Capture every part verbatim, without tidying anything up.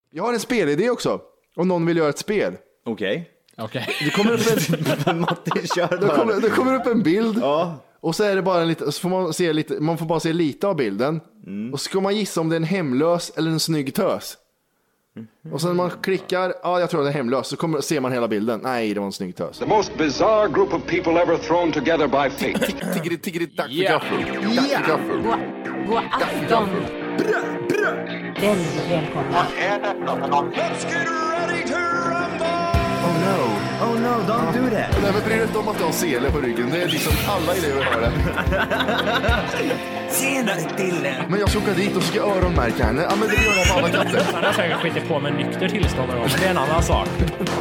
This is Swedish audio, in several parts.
Jag har en spelidé också. Om någon vill göra ett spel. Okej. Okej. Det kommer upp en, Matti, kör det kommer, det kommer upp en bild. Ja. Och så är det bara en lite, så får man se lite, man får bara se lite av bilden. Mm. Och så ska man gissa om det är en hemlös eller en snygg tös. Mm. Och sen när man klickar, ja jag tror det är hemlös, så kommer, ser man hela bilden. Nej, det var en snygg tös. The most bizarre group of people ever thrown together by fate. Tiggeri, tiggeri, tack för Yeah. gaffel. Tack för gaffel. God afton. Väldigt välkomna. Oh no. Oh no, don't do that. Nej, men bryr dig inte om att du har sele på ryggen. Det är liksom alla elever har det. Senare till. Men jag ska åka dit och ska öronmärka henne. Ja, men det gör jag på alla katter. Han har säkert skitit på med nykter tillstånd någon gång, men det är en annan sak.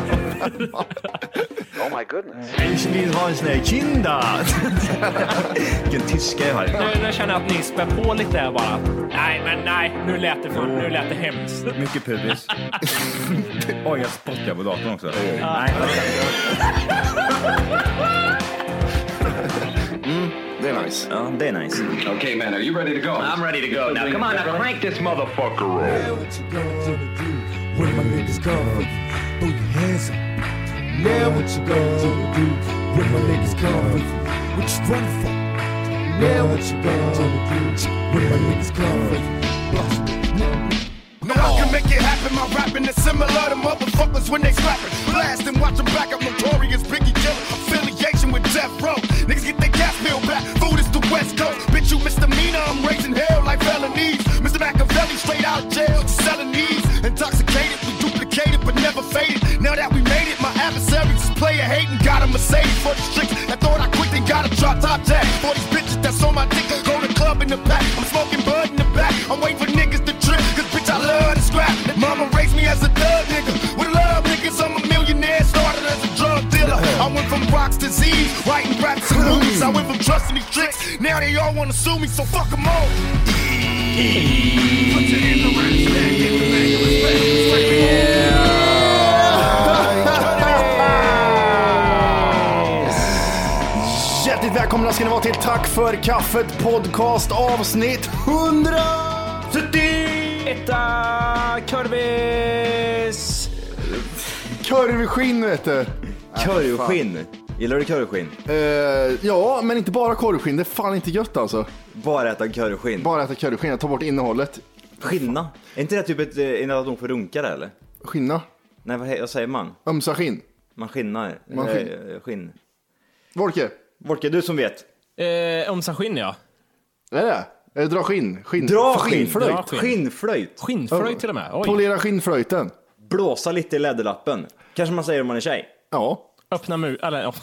Oh my goodness. Ich vill ha en sån här kinda. Vilken tyska jag har. Nu, nu känner jag att ni spär på lite där bara. Nej, men nej, nu lät det, för, nu lät det hemskt. Mycket pubis. Oj, jag spottar på datorn också. Nej. Mm, det är nice. Ja, det är nice. Okay, man, are you ready to go? I'm ready to go. Now, come on, now crank this motherfucker up. Where my niggas come from? Throw your hands up. Now what you gonna do? Where my niggas come from? What you running for? Now what you gonna do? Where my niggas come from? No, I can make it happen. My rapping is similar to motherfuckers when they scrapping. Blast and watch them back up. Notorious Biggie killer. Affiliation with Death Row. Niggas get their gas bill back. Food is the West Coast. Bitch, you misdemeanor. I'm raising hell like felonies. Mister Machiavelli straight out of jail. Selling these. Intoxicated, we duplicated but never faded. Now that we made it, my adversaries is player hating. Got a Mercedes for the streets. That thought I quit, then got a drop top jack. For these bitches that's on my dick. Go to club in the back. I'm smoking bud in the back. I'm waiting for niggas to trip. Cause bitch, I love to scrap. Mama raised me as a thug nigga. With love niggas, I'm a millionaire. Started as a drug dealer. I went from rocks to Z's. Writing raps and movies. I went from trusting these tricks. Now they all wanna sue me, so fuck them all. Put your hands around his neck. Give the man your respect. Respect me. Hjärtligt välkomna ska ni vara till Tack för kaffet podcast avsnitt hundra Etta Körvis. Korvskinn vet du. Korvskinn. Gillar du korvskinn? Uh, ja, men inte bara korvskinn. Det är fan inte gött alltså. Bara äta korvskinn. Bara äta korvskinn. Jag tar bort innehållet. Skinna. Är inte det typ ett inhalation för runkare eller? Skinna. Nej, vad, vad säger man? Ömsa skinn. Man skinnar. Man skinn. Eh, skinn. Volke. Volke, du som vet. Eh, Ömsa skinn, ja. Vad är det? Eller dra skinn. skinn. Dra skinn. Skinnflöjt. Dra skinn. Skinnflöjt. Skinnflöjt till och med. Oj. Polera skinnflöjten. Blåsa lite i läderlappen. Kanske man säger om man är tjej. Ja. Öppna mu... Eller... ja.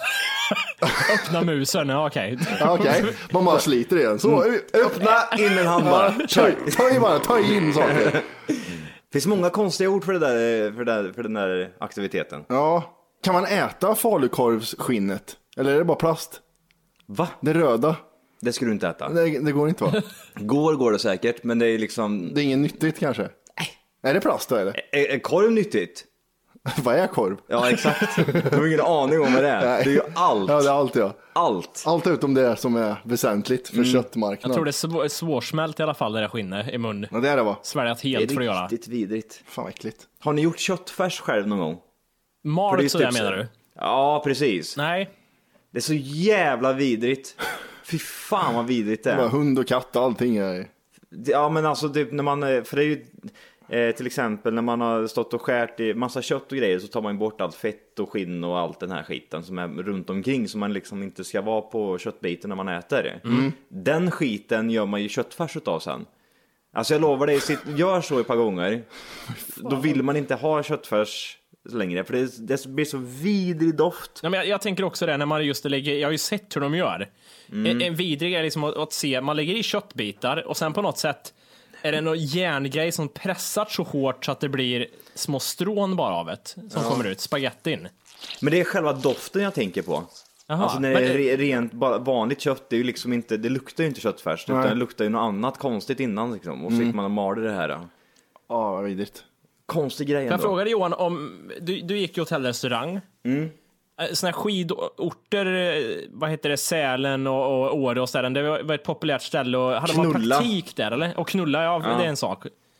Öppna musen, ja okej. Okay. Ja, okej. Okay. Man bara sliter igen. Så, mm. Öppna in en hand bara. Ta, ta in bara, ta in saker. Det finns många konstiga ord för, det där, för, det där, för den där aktiviteten. Ja. Kan man äta falukorvsskinnet? Eller är det bara plast? Va? Det röda. Det skulle du inte äta. Det, det går inte va? Går går det säkert, men det är liksom... Det är inget nyttigt kanske? Nej. Är det plast då eller? Är, är korv nyttigt? Vad är korv? Ja, exakt. Du har ingen aning om vad det är. Det är ju allt. Ja, det är allt ja. Allt. Allt utom det som är väsentligt för mm. köttmarknaden. Jag tror det är sv- svårsmält i alla fall, det där skinnet i mun. Ja, det är det va? Sväljat helt för att göra. Det är riktigt vidrigt. Fan äckligt. Har ni gjort köttfärs själv någon gång? Malt sådär menar du? Ja, precis. Nej. Det är så jävla vidrigt. Fy fan vad vidrigt det är. Det är hund och katt och allting är... Ja, men alltså typ när man... För det är ju... Eh, till exempel när man har stått och skärt i massa kött och grejer så tar man bort allt fett och skinn och allt den här skiten som är runt omkring som man liksom inte ska vara på köttbiten när man äter det. Mm. Den skiten gör man ju köttfärs utav sen. Alltså jag lovar dig, gör så ett par gånger. Då vill man inte ha köttfärs längre för det, det blir så vidrig doft. Ja, men jag, jag tänker också det när man just lägger, jag har ju sett hur de gör. Mm. En, en vidrig är liksom att, att se, man lägger i köttbitar och sen på något sätt är det någon järngrej som pressar så hårt så att det blir små strån bara av det som ja. kommer ut, spagettin. Men det är själva doften jag tänker på. Jaha, alltså när det är re- rent vanligt kött, det är ju liksom inte, det luktar ju inte köttfärs utan det luktar ju något annat konstigt innan liksom. Och så mm. fick man maler det här. Ja, oh, vad vidrigt. Konstig grej ändå. Jag frågade Johan om, du, du gick ju hotellrestaurang. Mm. Såna här skidorter, vad heter det, Sälen och, och Åre och ställen, det var ett populärt ställe och hade knulla. Man praktik där eller? Och knulla, ja, ja. Det är en sak.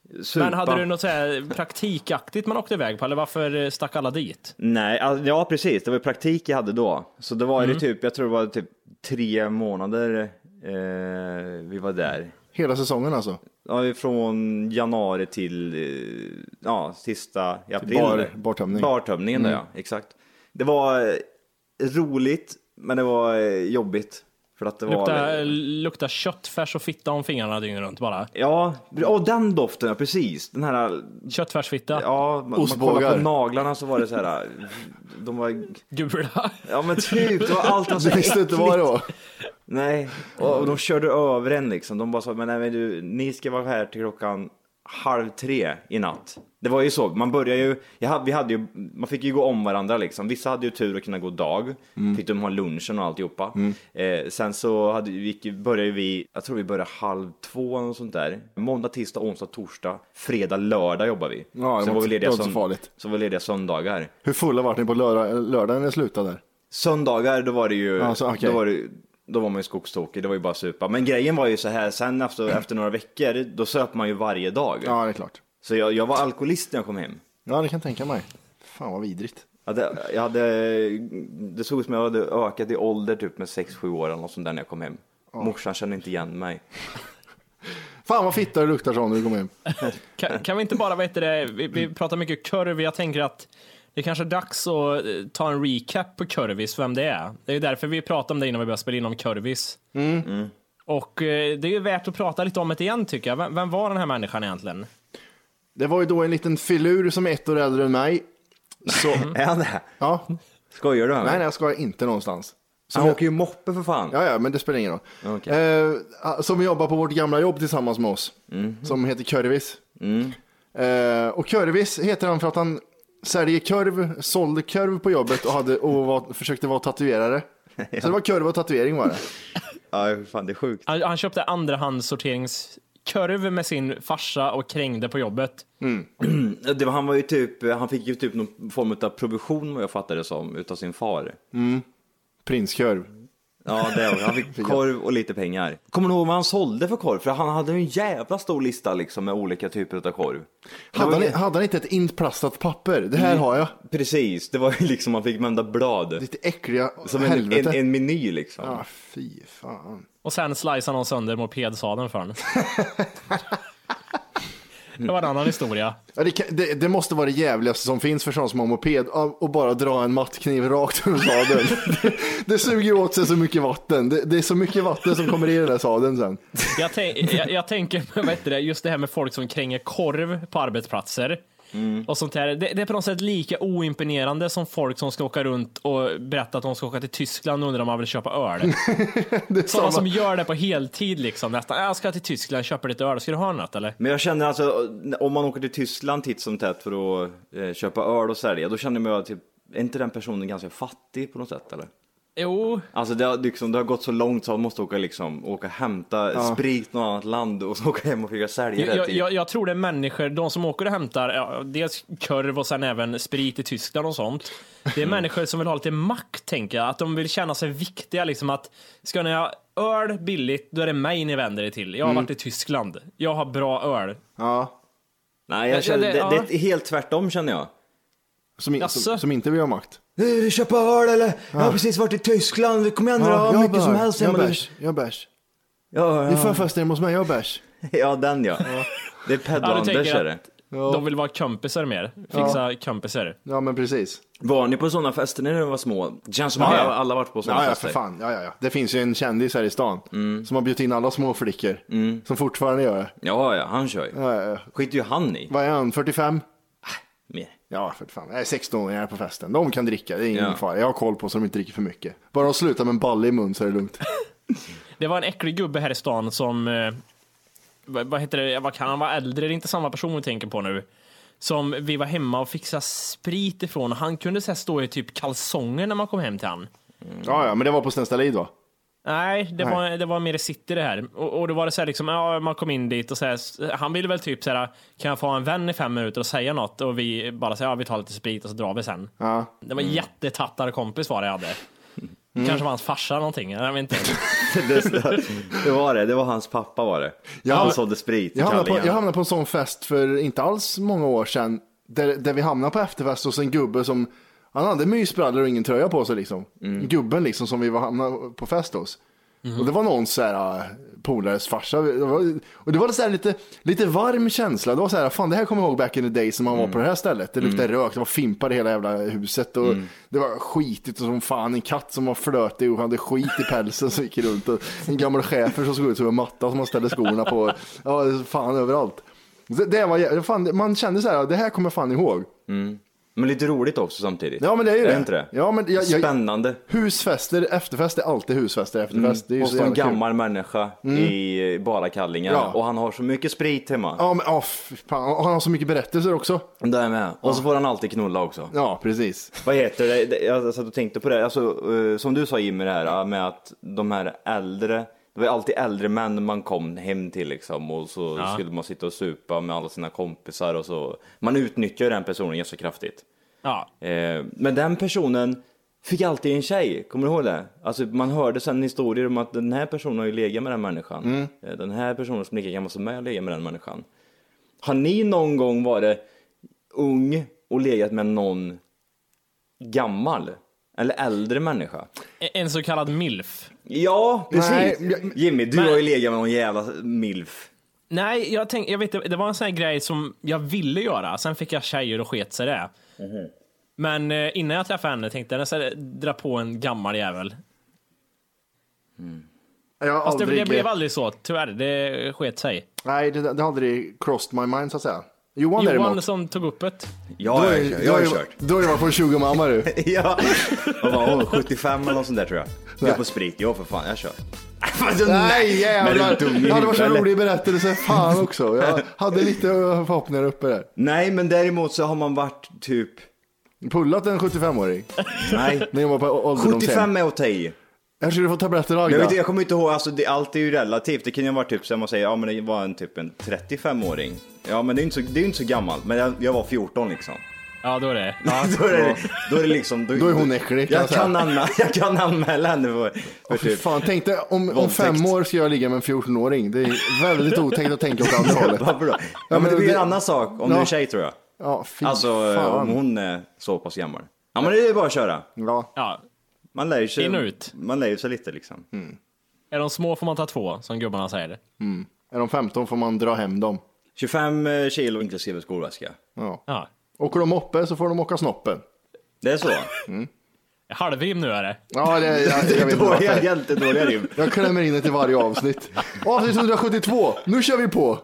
Supa. Men hade du något så här praktikaktigt man åkte iväg på, eller varför stack alla dit? Nej, alltså, ja precis, det var praktik jag hade då. Så det var mm. det typ, jag tror det var typ tre månader eh, vi var där. Hela säsongen alltså? Ja, från januari till eh, ja, sista i april. Bar, bartömning. Bartömningen mm. där, ja, exakt. Det var roligt, men det var jobbigt. För att det lukta, var... lukta köttfärs och fitta om fingrarna dygnet runt bara. Ja, och den doften, ja, precis. Den här... Köttfärsfitta. Ja, man, man kollar på naglarna så var det så här... De var... Gula. Ja, men typ, det var allt var så du visste inte vad det var. Nej, och de körde över en liksom. De bara sa, men nej, men du, ni ska vara här till klockan halv tre i natt. Det var ju så, man började ju, jag hade, vi hade ju, man fick ju gå om varandra liksom. Vissa hade ju tur att kunna gå dag, mm. fick de ha lunchen och alltihopa. Mm. Eh, sen så hade vi, började vi, jag tror vi började halv två och sånt där. Måndag, tisdag, onsdag, torsdag, fredag, lördag jobbar vi. Ja, så var vi lediga så farligt. Så var vi lediga söndagar. Hur fulla var ni på lördag, lördagen när det slutade där? Söndagar, då var det ju, alltså, okay. då var det Då var man ju skogstokig, det var ju bara supa. Men grejen var ju så här, sen efter, efter några veckor, då söp man ju varje dag. Ja, det är klart. Så jag, jag var alkoholist när jag kom hem. Ja, det kan jag tänka mig. Fan vad vidrigt. Jag hade, jag hade, det såg ut som jag hade ökat i ålder typ med sex sju år eller något sånt där när jag kom hem. Ja. Morsan kände inte igen mig. Fan vad fitta det luktar så när du kom hem. kan, kan vi inte bara, vet det, vi, vi pratar mycket kurv, jag tänker att det är kanske är dags att ta en recap på Kurvis, vem det är. Det är därför vi pratar om det innan vi börjar spela in om Kurvis. Mm. Mm. Och eh, det är ju värt att prata lite om det igen tycker jag. Vem, vem var den här människan egentligen? Det var ju då en liten filur som är ett år äldre än mig. Så... är han det? Ja. Skojar du? Nej, nej, jag skojar inte någonstans. Som han åker ju moppe för fan. Ja, ja, men det spelar ingen roll. Okay. Eh, som jobbar på vårt gamla jobb tillsammans med oss. Mm. Som heter Kurvis. Mm. Eh, och Kurvis heter han för att han säljer kurv, sålde kurv på jobbet och, hade, och var, försökte vara tatuerare. Ja. Så det var kurv och tatuering var det. Ja, fan det är sjukt. Han, han köpte andrahandssorteringskurv med sin farsa och krängde på jobbet. Mm. Det var, han var ju typ, han fick ju typ någon form av provision vad jag fattade det som, utav sin far. Mm. Prinskurv. Ja, det var, han fick korv och lite pengar. Kommer du ihåg vad han sålde för korv? För han hade en jävla stor lista liksom med olika typer av korv. Hade han, hade han inte ett inplastat papper? Det här mm. har jag. Precis, det var ju liksom man fick vända blad. Lite äckliga som en, en, en meny liksom. Ja, fy fan. Och sen sliceade han sönder mopedsadeln för honom. Det var en annan historia. Ja, det, kan, det, det måste vara det jävligaste som finns för sån som har moped och bara dra en mattkniv rakt ur sadeln. det, det suger åt sig så mycket vatten. Det, det är så mycket vatten som kommer i den där sadeln sen. Jag, tänk, jag, jag tänker, vet du det, just det här med folk som kränger korv på arbetsplatser. Mm. Och sånt här. Det, det är på något sätt lika oimponerande som folk som ska åka runt och berätta att de ska åka till Tyskland och undrar om man vill köpa öl. Sådana som gör det på heltid liksom nästan. Jag ska till Tyskland, köper lite öl, ska du ha något eller? Men jag känner alltså, om man åker till Tyskland titt som tätt för att eh, köpa öl och sälja, då känner man typ, är inte den personen ganska fattig på något sätt eller? Jo. Alltså det har, liksom, det har gått så långt så man måste åka liksom, åka hämta ja. sprit något annat land och så åka hem och försöka sälja jag, det. Jag, jag, jag tror det är människor, de som åker och hämtar ja, dels kurv och sen även sprit i Tyskland och sånt. Det är människor som vill ha lite makt, tänker jag. Att de vill känna sig viktiga, liksom att ska ni ha öl billigt, då är det mig ni vänder er till. Jag har mm. varit i Tyskland. Jag har bra öl. Ja. Nej, jag känner, det, det, det är helt tvärtom känner jag. Som, som, som inte vill ha makt. Du köper öl eller? Ja. Jag har precis varit i Tyskland. Kom igen, ja, jag mycket bär, som helst. Jag bärs, jag bärs. Ja, ja. Vi får fast hos mig, jag bärs. Ja, den ja. ja. Det är Pedro ja, Anders är det. Ja. De vill vara kompisar mer. Fixa ja. kompisar. Ja, men precis. Var ni på sådana fester när ni var små? Det känns som ja, att ja. alla varit på sådana ja, fester. Ja, för fan. Ja, ja, ja. Det finns ju en kändis här i stan mm. som har bjudit in alla små flickor mm. som fortfarande gör det. Ja, ja, han kör ju. Ja, ja, ja. Skiter ju han i. Vad är han? fyrtiofem? Mer. Ja, för fan. Jag är sexton-åringar på festen. De kan dricka, det är ingen ja. fara. Jag har koll på så de inte dricker för mycket. Bara de slutar med en balle i mun så är det lugnt. Det var en äcklig gubbe här i stan som... Eh, vad, vad heter det? Vad kan han vara äldre? Det är inte samma person vi tänker på nu. Som vi var hemma och fixade sprit ifrån. Han kunde så här stå i typ kalsonger när man kom hem till han. Mm. Ja, ja, men det var på Stenstallid va? Nej, det, Nej. Var, det var mer i city det här. Och, och det var det så här liksom, ja, man kom in dit och så här, han ville väl typ så här, kan jag få en vän i fem minuter och säga något? Och vi bara säger, ja, vi tar lite sprit och så drar vi sen. Ja. Det var en mm. jättetattar kompis var det jag hade. Kanske var hans farsa någonting, jag vet inte. det, det var det, det var hans pappa var det. Jag Han hamnade- sålde sprit i Jag hamnade, på, kallingen. jag hamnade på en sån fest för inte alls många år sedan. Där, där vi hamnade på efterfest hos en gubbe som, han hade mysbrallor och ingen tröja på sig liksom. Mm. Gubben liksom som vi var hamnade på fest hos. Och det var någon så här äh, polares farsa. Det var, och det var så här lite, lite varm känsla. Det var så här, fan det här kommer jag ihåg back in the day som man Mm. var på det här stället. Det luktade rök, det var fimpar i hela jävla huset. Och det var skitigt och som fan en katt som var flötig och hade skit i pälsen som gick runt. Och en gammal chefer som såg ut som en matta som man ställde skorna på. Ja, fan överallt. Det, det var, fan, man kände så här, det här kommer jag fan ihåg. Men lite roligt också samtidigt. Ja men det är ju Är det. det inte det? Ja, men jag, jag, Spännande. husfester, efterfest är alltid husfester, efterfest. Det är ju Och så så en jävla kul. gammal människa i bara kallingar. Ja. Och han har så mycket sprit hemma. Ja, men oh, fan. Och han har så mycket berättelser också. Det är med. Och så får han alltid knulla också. Ja, precis. Vad heter det? Det- Jag satt och tänkte på det. Alltså, eh, som du sa Jimmy det här med att de här äldre, det var alltid äldre män man kom hem till liksom. Och så Ja. skulle man sitta och supa med alla sina kompisar och så. Man utnyttjar den personen ganska kraftigt. Ja. Eh, men den personen fick alltid en tjej, kommer du ihåg det? Alltså man hörde sen historier om att den här personen har ju legat med den människan. Eh, Den här personen som är lika gammal som mig har legat med den människan. Har ni någon gång varit ung och legat med någon gammal? Eller äldre människa? En så kallad milf. Ja, precis. Nej, jag- Jimmy, du Men- har ju legat med någon jävla milf. Nej, jag tänkte, jag vet inte, det var en sån här grej som jag ville göra. Sen fick jag tjejer och sket sig det. Men eh, innan jag träffade henne tänkte jag nästan dra på en gammal jävel. Jag har Fast det, aldrig, det blev aldrig så, tyvärr. Det sket sig. Nej, det, det har aldrig crossed my mind så att säga. Johan, Johan däremot. som tog upp det. Ja, jag, jag, jag har ju kört. Då har du varit på en tjugo mamma du. Ja, vad var hon? sjuttiofem eller något sånt där tror jag. Jag är på sprit, ja för fan, jag kör. Nej jävlar, Men är du dum i det hade varit så huvudet, rolig berättelse fan också. Jag hade lite förhoppningar uppe där. Nej, men däremot så har man varit typ, Pullat en sjuttiofemåring nej, när jag var på ålderdomshem. sjuttiofem är att ta i. Jag skulle få tabletter och Jag, Agda. vet, jag kommer inte ihåg, alltså det, allt är ju relativt. Det kan ju vara typ som man säger, ja men det var en typ en trettiofemåring. Ja men det är inte så, det är inte så gammalt, men jag, jag var fjorton liksom. Ja, då är det. Ja, då, är det då är det liksom... Då, Då är hon äcklig, kan jag, jag säga. kan anmäla, jag kan anmäla henne för, för Åh, fy typ... fan, tänk dig om, om Våldtäkt. fem år ska jag ligga med en fjortonåring. Det är väldigt otänkt att tänka åt andra hållet. Varför då? Ja, men det blir en annan sak om Ja. du är tjej tror jag. Ja, fy Alltså fan. om hon är så pass gammal. Ja men det är bara att köra. Ja. Ja. Man lär ju sig, In och ut. man lär ju sig lite liksom. Är de små får man ta två, som gubbarna säger. Är de femton får man dra hem dem. tjugofem kilo inklusive skolväska. Ja. Ja. Åker de moppe så får de åka snoppen. Det är så. Halvrim nu är det. Ja, det, jag, jag vet inte Dåliga, varför. jättedåliga rim. Jag klämmer in det till varje avsnitt. Avsnitt etthundrasjuttiotvå, nu kör vi på.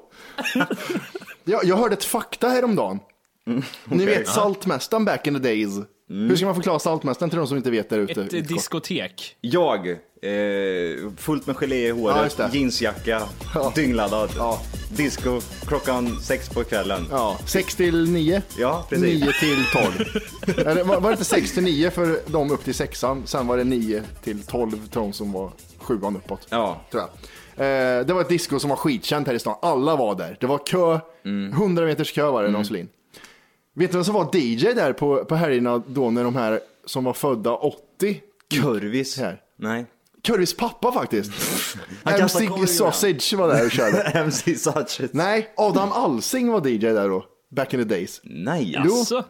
Jag, jag hörde ett fakta häromdagen. Ni vet Saltmästaren back in the days. Hur ska man förklara Saltmästaren till de som inte vet där ute? Ett eh, diskotek. Jag, eh, fullt med gelé i Ja, håret, just det. jeansjacka, Ja. dyngladdad. Ja. Disco klockan sex på kvällen. Ja, sex till nio. Ja, precis. nio till tolv. Eller var var det inte sex till nio för de upp till sexan? Sen var det nio till tolv till de som var sjuan uppåt. Ja. Tror jag. Eh, det var ett disco som var skitkänt här i stan. Alla var där. Det var kö. hundra meters kö var det någonsin. Vet du vem som var D J där på, på helgerna då när de här som var födda åttio? Kurvis. Här. Nej. Currys pappa faktiskt. Han M kastade C korgen. Sausage var där och körde. M C Sanchez. Nej, Adam Alsing var D J där då. Back in the days. Nej. Alltså,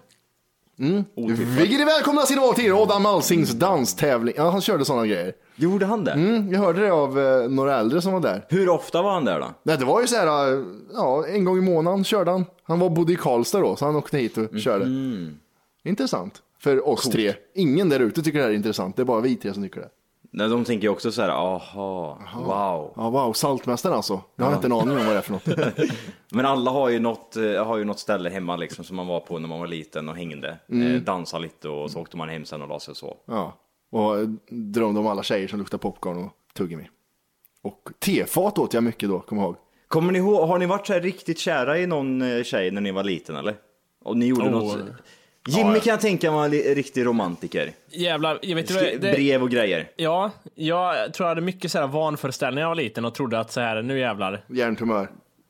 Vilket är välkomna till till Adam Alsings danstävling. Ja, han körde sådana grejer. Gjorde han det? Mm, jag hörde det av eh, några äldre som var där. Hur ofta var han där då? Nej, det var ju så här, eh, ja, en gång i månaden körde han. Han var bodde i Karlstad då, så han åkte hit och körde. Intressant. För oss tre. Ingen där ute tycker det här är intressant. Det är bara vi tre som tycker det. Nej, de tänker ju också så här, aha, wow. Ja, wow, Saltmästaren alltså. Jag har inte en aning om vad det är för något. Men alla har ju något, eh, har ju något ställe hemma liksom som man var på när man var liten och hängde. Eh, dansade lite och så åkte man hem sen och la sig och så. Ja, och eh, drömde om alla tjejer som luktar popcorn och tuggummi. Och tefat åt jag mycket då, kom ihåg. Kommer ni ihåg, har ni varit så här riktigt kära i någon eh, tjej när ni var liten eller? Och ni gjorde Oh. något... Jimmy kan jag tänka var en li- riktig romantiker. jävlar, jag vet Skri- inte. Det, Brev och grejer. ja, jag tror jag hade mycket så här vanföreställningar när jag var liten och trodde att så här, nu jävlar. Hjärntumör.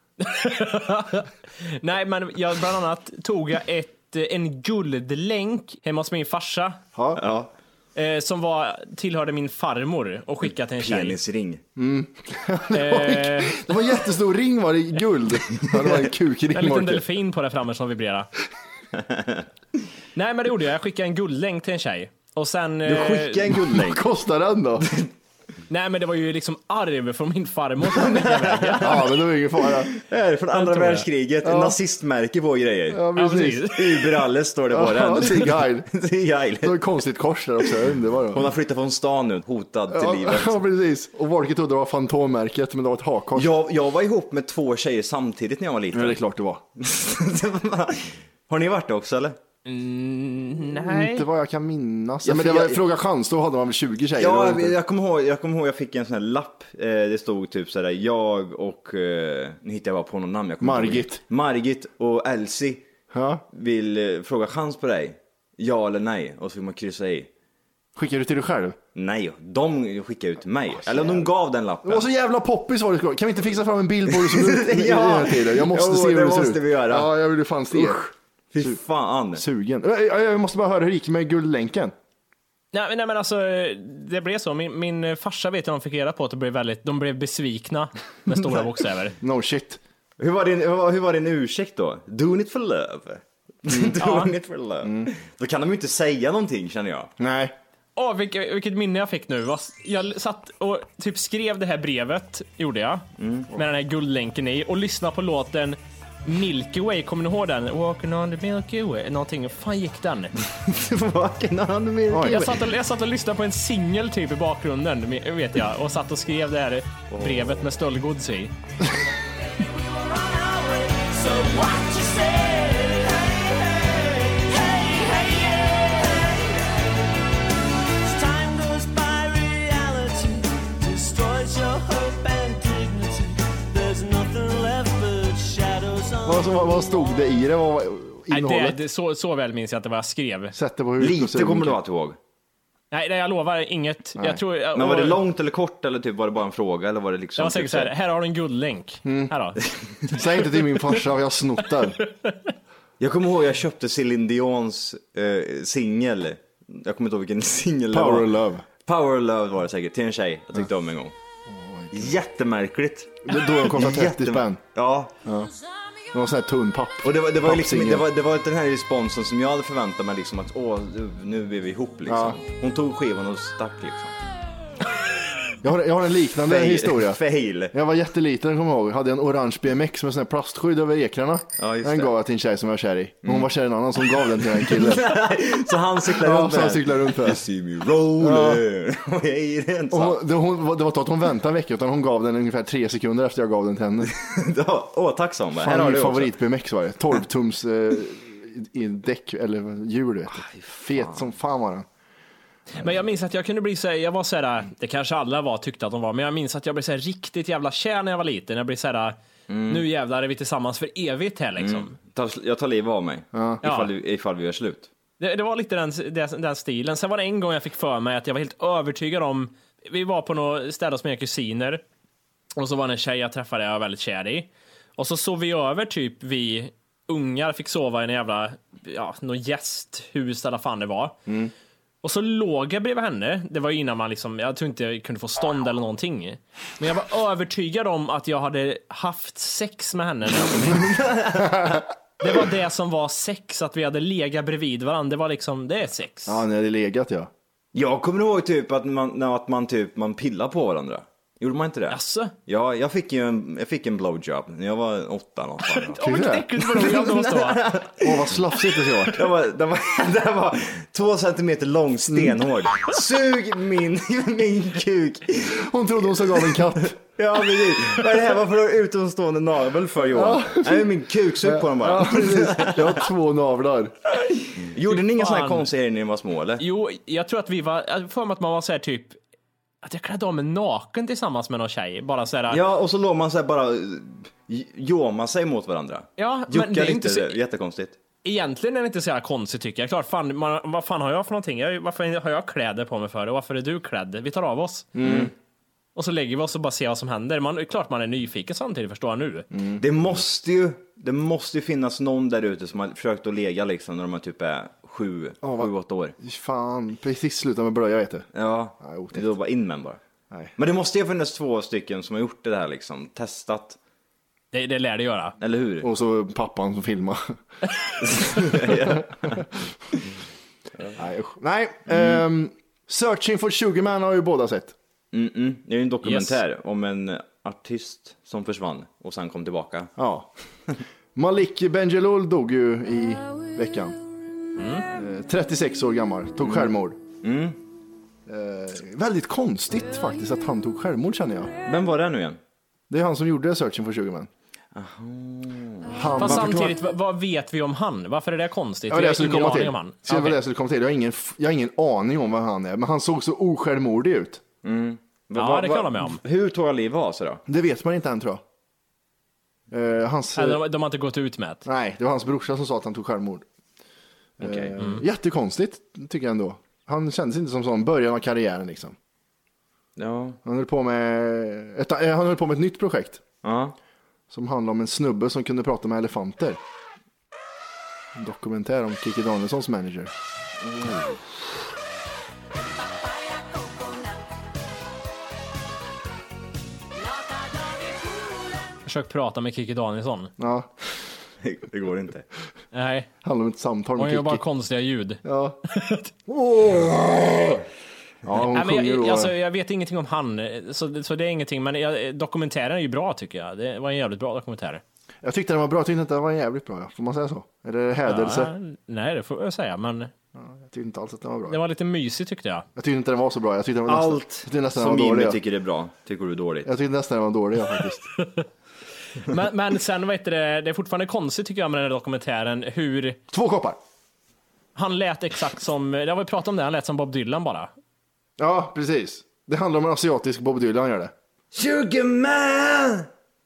Nej, men jag bland annat tog jag ett, en guldlänk hemma hos min farsa. Ja. Ja. Eh, som var, tillhörde min farmor och skickade till en tjej. Penisring. Mm. Eh, Det var en jättestor ring, var det i guld? Ja, det var en kukring. en liten Morten. delfin på det framme som vibrerade. Nej, men det gjorde jag. Jag skickade en guldlänk till en tjej. Och sen... Du eh, skickade en guldlänk. Vad kostar den då? Nej, men det var ju liksom arv från min farmor som skickade iväg. Ja, men det var ingen fara. Det är från andra tror jag. världskriget. En nazistmärke på grejer. Ja, Ja, precis. precis. Uberalles står det på Ja, den. Sieg Heil. Sieg Heil. Det var ett konstigt kors där också, underbart. Hon har flyttat från stan nu, hotad till Ja, livet. ja, precis. Och Volke trodde det var Fantommärket, men det var ett hakkors. Jag, jag var ihop med två tjejer samtidigt när jag var liten. Ja, det är klart det var. Har ni varit det också eller? Mm, nej. Inte vad jag kan minnas. Ja, Ja, men det för var jag- Fråga chans, då hade man väl tjugo tjejer. Ja, eller jag, inte? jag kommer ihåg, jag kommer ihåg jag fick en sån här lapp. Eh, det stod typ sådär, jag och, eh, nu hittar jag bara på någon namn. Jag kommer inte ihåg. Margit. Margit och Elsie Ja. vill eh, fråga chans på dig. Ja eller nej. Och så vill man kryssa i. Skickar du till dig själv? Nej, de skickade ut till mig. Eller de gav den lappen. Det var så jävla poppis var det. Kan vi inte fixa fram en bild på det som du i Ja. den här tiden? Jag måste Jo, se hur det det ser måste ut. vi göra. Ja, jag vill ju fan se. Fy fan. Sugen. Jag, jag måste bara höra hur det gick med guldlänken. Nej, men- nej men alltså, det blev så. Min, min farsa vet jag de fick reda på att de blev, väldigt, de blev besvikna med stora bokstäver. No shit. Hur var din, hur var, hur var din ursäkt då? Doing it for love. Doing it for love. Då kan de ju inte säga någonting känner jag. Nej. Åh, vilket, vilket minne jag fick nu. Vad- Jag satt och typ skrev det här brevet, gjorde jag, med den här guldlänken i, och lyssnade på låten Milky Way, kommer ni ihåg den? Walking on the Milky Way, någonting, hur fan gick den? Walking on the Milky Way. Jag satt, och, jag satt och lyssnade på en singel typ i bakgrunden, vet jag, och satt och skrev det här brevet med stöldgods i. Vad, vad, vad stod det i det? Vad var Nej, innehållet? det, det, så, så väl minns jag inte vad jag skrev. Sätt det på huvudet och så är Lite det kommer du mycket. att ihåg. Nej, nej jag lovar inget. Jag tror, Men var det och- långt eller kort eller typ var det bara en fråga eller var det liksom? Jag var säkert typ så här, här har du en guldlänk. Mm. Här då. Säg inte till min farsa, jag har snott den. Jag kommer ihåg jag köpte Celine Dions eh, singel. Jag kommer inte ihåg vilken singel det var. Power of Love. Power of Love var det säkert, till en tjej jag tyckte om en gång. Jättemärkligt. Då de kostar trettio Jättemär- spänn. Ja, Det var sån här tunn papp. och det var, det var ju liksom, Pappsingel. det var, det var inte den här responsen som jag hade förväntat mig liksom att åh, nu, nu är vi ihop liksom. Ja. Hon tog skivan och stack liksom. Jag har, jag har en liknande historia. Fail. Jag var jätteliten, kommer jag ihåg. Hade en orange B M X med sån här plastskydd över ekrarna. Ja, just Den det. gav jag till en tjej som jag var kär i. Hon var kär i en annan som gav den till en kille. Så han cyklade Ja, runt så med han den. cyklade runt med You den. see me rolling. Och jag är det inte Och så. hon, det, hon, det var inte att hon väntade en vecka, utan hon gav den ungefär tre sekunder efter jag gav den till henne. Ja, åh, tack så. Här Fan, har min du också. favorit B M X var det. tolv tums eh, i däck, eller hjul, du vet. Fet som fan var den. Men jag minns att jag kunde bli så här, jag var så här, det kanske alla var tyckte att de var, men jag minns att jag blev så här riktigt jävla kär när jag var liten. Jag blev så här, nu jävlar är vi tillsammans för evigt här liksom. Ta- Jag tar liv av mig. Ja. Ifall, du, ifall vi gör slut. Det, det var lite den, den, den stilen. Sen var det en gång jag fick för mig att jag var helt övertygad om, vi var på något ställe hos mina kusiner, och så var det en tjej jag träffade jag var väldigt kär i. Och så sov vi över, typ vi ungar fick sova i en jävla, ja, något gästhus eller vad fan det var. Och så låg jag bredvid henne. Det var ju innan man liksom, jag tror inte jag kunde få stånd eller någonting. Men jag var övertygad om att jag hade haft sex med henne när jag kom in. Det var det som var sex, att vi hade legat bredvid varandra. Det var liksom, det är sex. Ja, ni hade legat, ja. Jag kommer ihåg typ att man, att man typ man pillar på varandra. Gjorde man inte det? Asså? Ja, jag fick ju en, jag fick en blowjob när jag var åtta någonstans. Åh, vilket det? äckligt blowjob det måste vara. Åh, vad slafsigt det ska vara. Den var, den var, den var två centimeter lång, stenhård. Sug min, min kuk. Hon trodde hon såg av en katt. Ja, precis. Vad är det här? Varför har du utomstående navel för, Johan? Nej, min kuk, sug på den bara. Ja, precis. Jag har två navlar. Gjorde ni inga Fan. sådana här konstiga när ni var små, eller? Jo, jag tror att vi var, jag får mig att man var så här typ, att jag klädde av mig naken tillsammans med någon tjej. Bara så här, Ja, och så låg man så här bara j- jåma sig mot varandra. Ja, men Jucka det är lite, inte så- jättekonstigt. egentligen är det inte så jävla konstigt tycker jag. Klart, fan, man, vad fan har jag för någonting? Jag, varför har jag kläder på mig för? Och varför är du klädd? Vi tar av oss. Och så lägger vi oss och bara ser vad som händer. Man, klart man är nyfiken samtidigt, förstår jag nu. Mm. Det måste ju det måste ju finnas någon där ute som har försökt att lega liksom när de är typ är sju, oh, sju, åtta år. Fan, precis sluta med blöja, vet du. Ja, Nej, det är bara in med bara. Nej. Men det måste ju finnas två stycken som har gjort det här liksom, testat. Det, det lär det göra. Eller hur? Och så pappan som filmar. Nej, Nej mm. um, Searching for Sugar Man har ju båda sett. Mm-mm. Det är ju en dokumentär yes. om en artist som försvann och sen kom tillbaka. Ja. Malik Bendjelloul dog ju i veckan. Mm. trettiosex år gammal, tog mm. självmord. Mm. Eh, väldigt konstigt faktiskt att han tog självmord, känner jag. Vem var det nu igen? Det är han som gjorde Searching for Sugar Man. Han, Fast samtidigt, vad, vad vet vi om han? Varför är det konstigt? Ja, det jag ingen aning om han. Så okay. det komma till. Jag, har ingen, jag har ingen aning om vad han är, men han såg så osjälvmordig ut. Mm. Ja, va, det kan jag med om. Hur tog han liv av sig då? Det vet man inte än, tror jag. Uh, hans, Nej, de, de har inte gått ut med det. Nej, det var hans brorsa som sa att han tog självmord. Okay. Uh, mm. Jättekonstigt, tycker jag ändå. Han kändes inte som sån början av karriären liksom. Ja. Han höll på med ett, han höll på med ett nytt projekt. Ja. Som handlar om en snubbe som kunde prata med elefanter. En dokumentär om Kikki Danielssons manager. Mm. Försök prata med Kikki Danielsson. Ja. Det går inte. Nej. Handlar om ett samtal med Kikki. Hon gör bara konstiga ljud. Ja. oh! Ja, hon Nej, men jag, då... alltså, jag vet ingenting om han, så, så det är ingenting. Men jag, dokumentären är ju bra, tycker jag. Det var en jävligt bra dokumentär. Jag tyckte den var bra, jag tyckte inte den var jävligt bra. Får man säga så? Är det hädelse? Ja, nej, det får jag säga, men... Ja, jag tyckte inte alls att den var bra. Det var lite mysigt, tyckte jag. Jag tyckte inte den var så bra. Jag tyckte den var Allt nästan, jag nästan som den var Jimmy tycker är bra, tycker du är dåligt. Jag tyckte nästan den var dålig, ja, faktiskt. men, men sen, vet du, det, det är fortfarande konstigt, tycker jag, med den här dokumentären. Hur... Två koppar. Han lät exakt som... Jag har ju pratat om det, han lät som Bob Dylan bara. Ja, precis. Det handlar om en asiatisk Bob Dylan, gör det. Sugar man!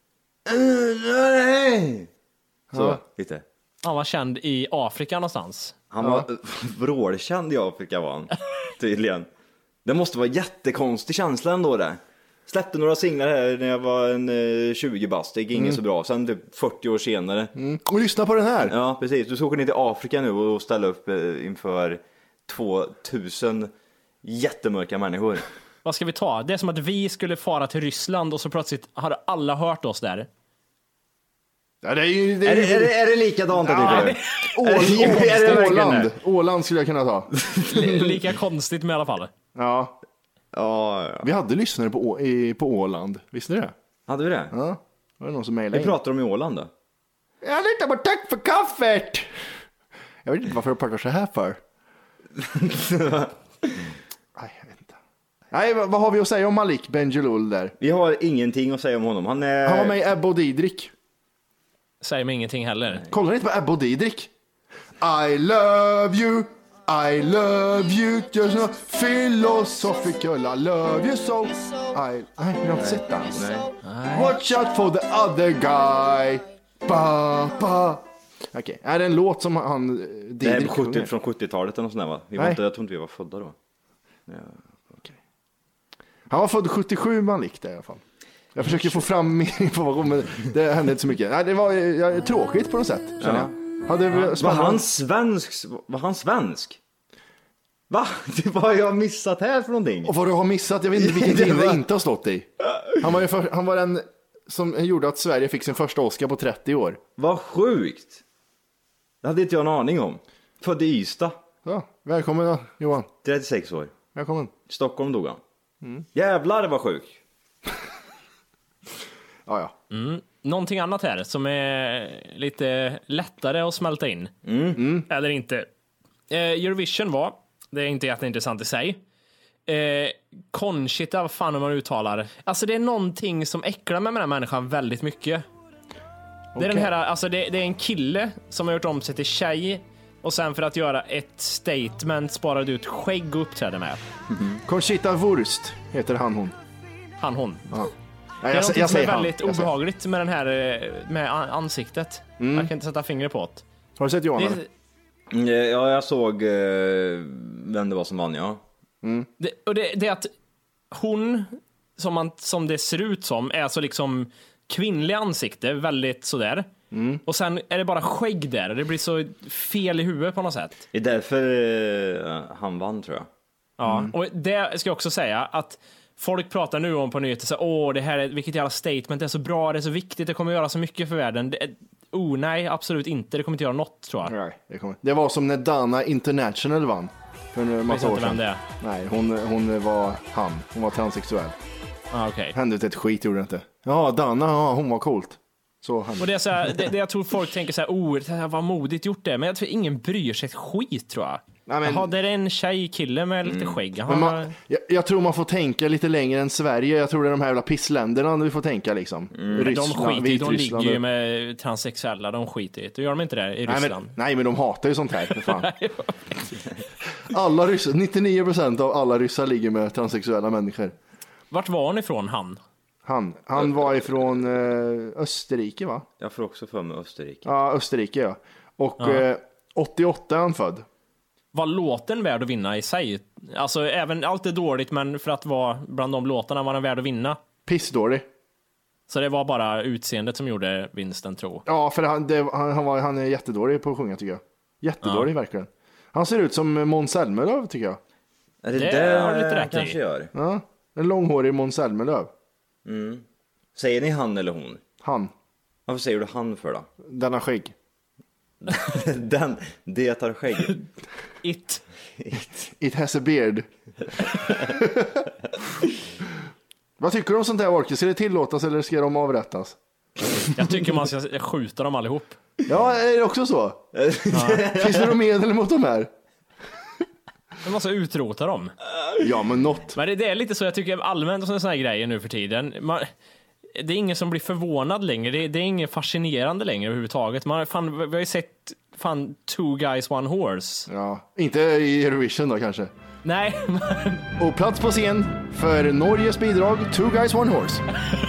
Så, ja. Lite. Han var känd i Afrika någonstans. Han var ja. vrålkänd i Afrika, var han. Tydligen. Det måste vara jättekonstig känsla ändå det. Släppte några singlar här när jag var en eh, tjugo bast. Det gick mm. inget så bra. Sen typ fyrtio år senare. Mm. Och lyssna på den här. Ja, precis. Du ska åka ner till Afrika nu och ställa upp eh, inför tvåtusen jättemörka människor. Vad ska vi ta? Det är som att vi skulle fara till Ryssland och så plötsligt har alla hört oss där. Ja, det är, ju, det är, är, det, är, det, är det likadant? Ja, det Ål, är det Åland. Åland skulle jag kunna ta. Lika konstigt med i alla fall. Ja. Ja, ja. Vi hade lyssnare på, i, på Åland. Visste ni det? Hade vi det? Ja. Var det någon som mejlade? Vi pratar om i Åland då? Jag litar på tack för kaffet. Jag vet inte varför jag pratar så här för. Nej, jag vet inte. Nej, vad, vad har vi att säga om Malik Bendjelloul där? Vi har ingenting att säga om honom. Han, är... Han var med i Ebba och Didrik. Säger mig ingenting heller. Kollar ni inte på Ebba och Didrik? I love you, I love you, you're so philosophical, I love you so. I... Nej, jag har inte sett den. Nej. Watch out for the other guy. Ba, ba. Okej, okay. Är det en låt som han... Det är sjuttio, från sjuttiotalet eller något sånt där, va? Vi var inte, jag tror inte vi var födda då. Ja. Okay. Han var född sjuttiosju, man likte i alla fall. Jag försöker få fram mer information, men det hände inte så mycket. Nej, det var ja, tråkigt på något sätt, känner jag. Hade ja. Var han svensk? Var han svensk? Va? Det var jag missat här för någonting. Och vad du har missat, jag vet inte vilken tid det inte har stått i. Han var, ju för, han var den som gjorde att Sverige fick sin första Oscar på trettio år. Vad sjukt. Det hade inte jag en aning om. Född i Ystad. Ja, välkommen då, Johan. trettiosex år. Välkommen. Stockholm dog han. Mm. Jävlar, det var sjuk. Ja, ja. Mm. Någonting annat här som är lite lättare att smälta in. Mm. Mm. Eller inte. Eh, Eurovision var, det är inte jätteintressant i sig. Eh, Conchita, vad fan man uttalar. Alltså det är någonting som äcklar med den här människan väldigt mycket. Okay. Det är den här, alltså det, det är en kille som har gjort om sig till tjej och sen för att göra ett statement sparade ut skägg och uppträdde med. Mm-hmm. Conchita Wurst heter han hon. Han hon. Ja. Det är jag, något jag, som är väldigt han. obehagligt med den här med ansiktet. Mm. Jag kan inte sätta fingret på det. Har du sett Johan? Det, ja, jag såg eh, vem det var som vann, ja. Mm. Det, och det, det är att hon som, man, som det ser ut som är så liksom kvinnliga ansikte, väldigt sådär. Mm. Och sen är det bara skägg där och det blir så fel i huvudet på något sätt. Det är därför uh, han vann, tror jag. Ja, mm. och det ska jag också säga att folk pratar nu om på nyheter så åh, det här är vilket jävla statement, det är så bra, det är så viktigt, det kommer göra så mycket för världen. Det är, oh, nej, absolut inte, det kommer inte göra något, tror jag. Nej, det, kommer. Det var som när Dana International vann för en massa år sedan. Det. Nej, hon, hon var han, hon var transsexuell. Ah, okay. Hände inte ett skit, gjorde det inte. Ja, Dana, ja, hon var coolt. Så och det är så här, det, det jag tror folk tänker så här, oh, det här var modigt gjort det, men jag tror ingen bryr sig ett skit, tror jag. Nej, men... Jaha, det är en tjej, kille med lite mm. skägg. Men man, jag, jag tror man får tänka lite längre än Sverige. Jag tror det är de här jävla pissländerna vi får tänka liksom. Mm. Ryssland, de skiter, de ligger ju med transsexuella, de skiter i det. Gör de inte det i nej, Ryssland? Men, nej, men de hatar ju sånt här, för fan. Alla ryssar, nittionio procent av alla ryssar ligger med transsexuella människor. Vart var han ifrån, han? Han, han var ifrån eh, Österrike, va? Jag får också för mig Österrike. Ja, Österrike, ja. Och ja. Eh, åttioåtta är han född. Var låten värd att vinna i sig? Alltså, även allt är dåligt, men för att vara bland de låtarna var den värd att vinna. Pissdålig. Så det var bara utseendet som gjorde vinsten, tro. Ja, för han, det, han, han, var, han är jättedålig på att sjunga, tycker jag. Jättedålig, ja. Verkligen. Han ser ut som Måns Zelmerlöw, tycker jag. Är det, det det har du lite rätt kanske i. Gör? Ja, en långhårig Måns Zelmerlöw. Mm. Säger ni han eller hon? Han. Varför säger du han för då? Den har skägg. Den, det har skägg. It. It. It has a beard. Vad tycker du om sånt här, Orke? Ska det tillåtas eller ska de avrättas? Jag tycker man ska skjuta dem allihop. Ja, är det också så? Ja. Finns det några medel mot de här? Man måste utrota dem. Ja, men något. Men det, det är lite så, jag tycker allmänt och sådana här grejer nu för tiden. Man, det är ingen som blir förvånad längre. Det, det är ingen fascinerande längre överhuvudtaget. Man, fan, vi har ju sett fan Two Guys One Horse. Ja, inte i Eurovision då kanske. Nej. Men... Och plats på scen för Norges bidrag Two Guys One Horse.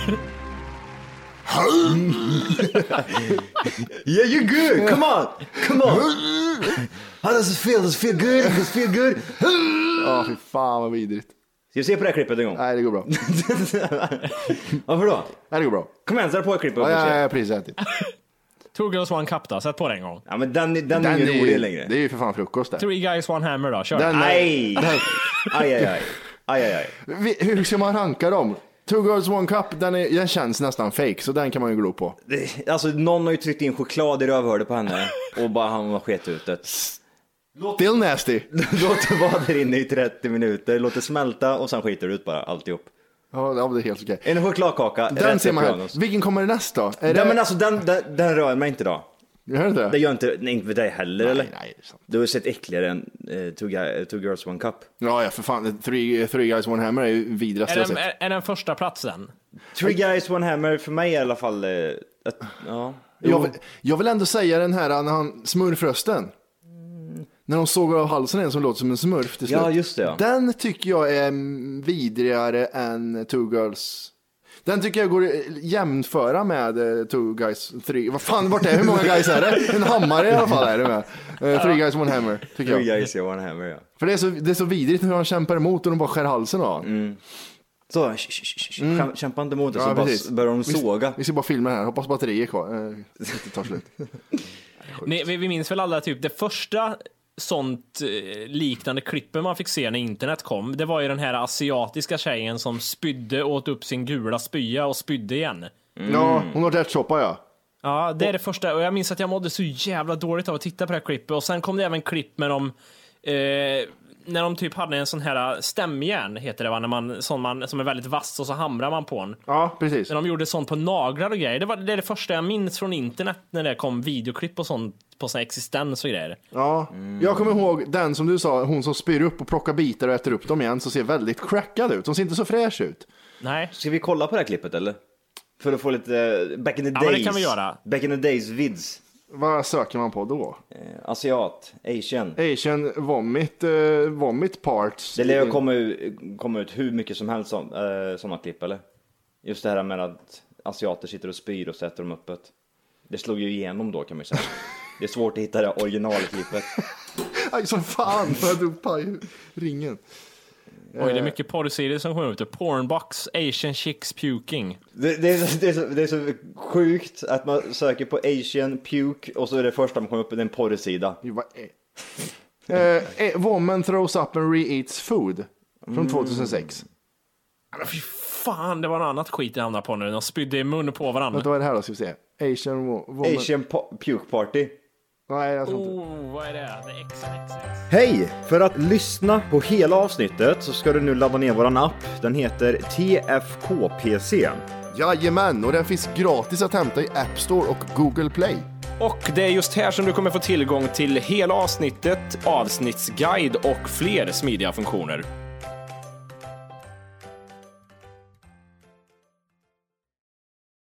Yeah, you're good. Come on. Come on. How does it feel? Does it feel good? Does it feel good? Ja, fy fan vad vidrigt. Ska vi se på det här klippet en gång? Nej, det går bra. Varför då? Nej, det går bra. Kom igen, sätt på klippet. Ja, ja, ja, precis. Two Girls One Cup då, sätt på den en gång. Ja, men den, den, den är ingen ju rolig längre. Det är ju för fan frukost där. Three Guys One Hammer då, kör. Den är, aj. Den, aj, aj, aj. Aj, aj, aj. Vi, hur ska man ranka dem? Two Girls One Cup, den, är, den känns nästan fake, så den kan man ju glo på. Det, alltså, någon har ju tryckt in choklad i rövhålet på henne och bara han var sket ut det. Still nasty. Låt det vara där inne i trettio minuter, låt det smälta och sen skiter ut bara alltihop. Ja, det är helt okej. En chokladkaka. Den ser man här. Vilken kommer näst då? Är den, det... men alltså, den, den, den rör mig inte då. Gör det inte? Det gör inte, nej, inte för dig heller, nej, eller? Nej, det är sant. Du har sett äckligare än uh, two, guy, two Girls One Cup. Ja, ja, för fan. Three, three Guys One Hammer är ju vidrast är, jag den, sett. är, är den första platsen? Three Guys One Hammer för mig i alla fall. Uh, att, ja. jag, vill, jag vill ändå säga den här när han smurfrösten. När de såg av halsen en som låter som en smurf till slut. Ja, just det. Ja. Den tycker jag är vidrigare än Two Girls. Den tycker jag går jämföra med uh, Two Guys, Three. Vad fan, vart är hur många guys är det? En hammare i alla fall är det med. Uh, three Guys One Hammer, tycker Three jag. Guys One Hammer, ja. För det är, så, det är så vidrigt hur han kämpar emot och de bara skär halsen av. Mm. Så, sh, sh, sh, mm. kämpa inte emot det, ja, så bara börjar de såga. Vi, vi ska bara filma här, hoppas batteriet är kvar. Uh, det tar slut. Nej, vi, vi minns väl alla typ det första sånt eh, liknande klippen man fick se när internet kom. Det var ju den här asiatiska tjejen som spydde, åt upp sin gula spya och spydde igen. Mm. Ja, hon har ärtsoppa, ja. Ja, det är det första. Och jag minns att jag mådde så jävla dåligt av att titta på det här klippet. Och sen kom det även klipp med dem eh, när de typ hade en sån här stämjärn, heter det va? När man, sån man, som är väldigt vass och så hamrar man på den. Ja, precis. När de gjorde sånt på naglar och grejer. Det, var, det är det första jag minns från internet när det kom videoklipp och sånt på sån existens och grejer. Ja, mm. Jag kommer ihåg den som du sa, hon som spyr upp och plockar bitar och äter upp dem igen, så ser väldigt crackad ut. De ser inte så fräsch ut. Nej. Ska vi kolla på det här klippet eller? För att få lite uh, back in the ja, days. Men det kan vi göra. Back in the days vids. Vad söker man på då? Eh, asiat, Asian. Asian vomit, eh, vomit parts. Det lär komma ut, komma ut hur mycket som helst som, eh, sådana klipp, eller? Just det här med att asiater sitter och spyr och sätter dem öppet. Det slog ju igenom då, kan man säga. Det är svårt att hitta det originalklippet. Aj, som fan, för jag drog paj ringen. Oj, det är mycket porrsidor som kommer ut. Pornbox, Asian chicks puking. Det, det, är så, det, är så, det är så sjukt att man söker på Asian puke och så är det första man kommer upp i en porrsida. Uh, woman throws up and re-eats food från mm. tvåtusensex. Men fy fan, det var en annat skit jag hamnade på nu. De spydde i munnen på varandra. Vad är det här då, ska vi se? Asian woman... Asian po- puke party. Nej, jag tror inte. Oh, vad är det? Det är X X X. Hej! För att lyssna på hela avsnittet så ska du nu ladda ner våran app. Den heter T F K P C. Jajamän, och den finns gratis att hämta i App Store och Google Play. Och det är just här som du kommer få tillgång till hela avsnittet, avsnittsguide och fler smidiga funktioner.